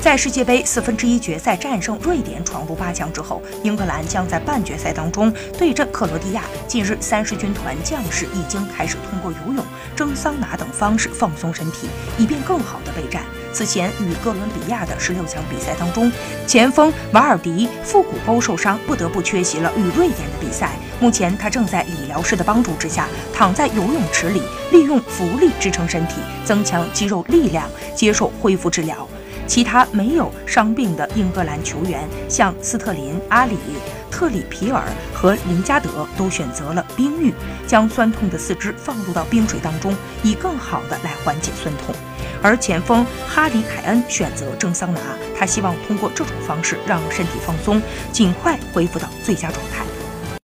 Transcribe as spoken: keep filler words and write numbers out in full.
在世界杯四分之一决赛战胜瑞典，闯入八强之后，英格兰将在半决赛当中对阵克罗地亚。近日，三狮军团将士已经开始通过游泳、蒸桑拿等方式放松身体，以便更好的备战。此前与哥伦比亚的十六强比赛当中，前锋瓦尔迪腹股沟受伤，不得不缺席了与瑞典的比赛。目前他正在理疗师的帮助之下，躺在游泳池里，利用浮力支撑身体，增强肌肉力量，接受恢复治疗。其他没有伤病的英格兰球员，像斯特林、阿里、特里皮尔和林加德都选择了冰浴，将酸痛的四肢放入到冰水当中，以更好的来缓解酸痛。而前锋哈里凯恩选择蒸桑拿，他希望通过这种方式让身体放松，尽快恢复到最佳状态。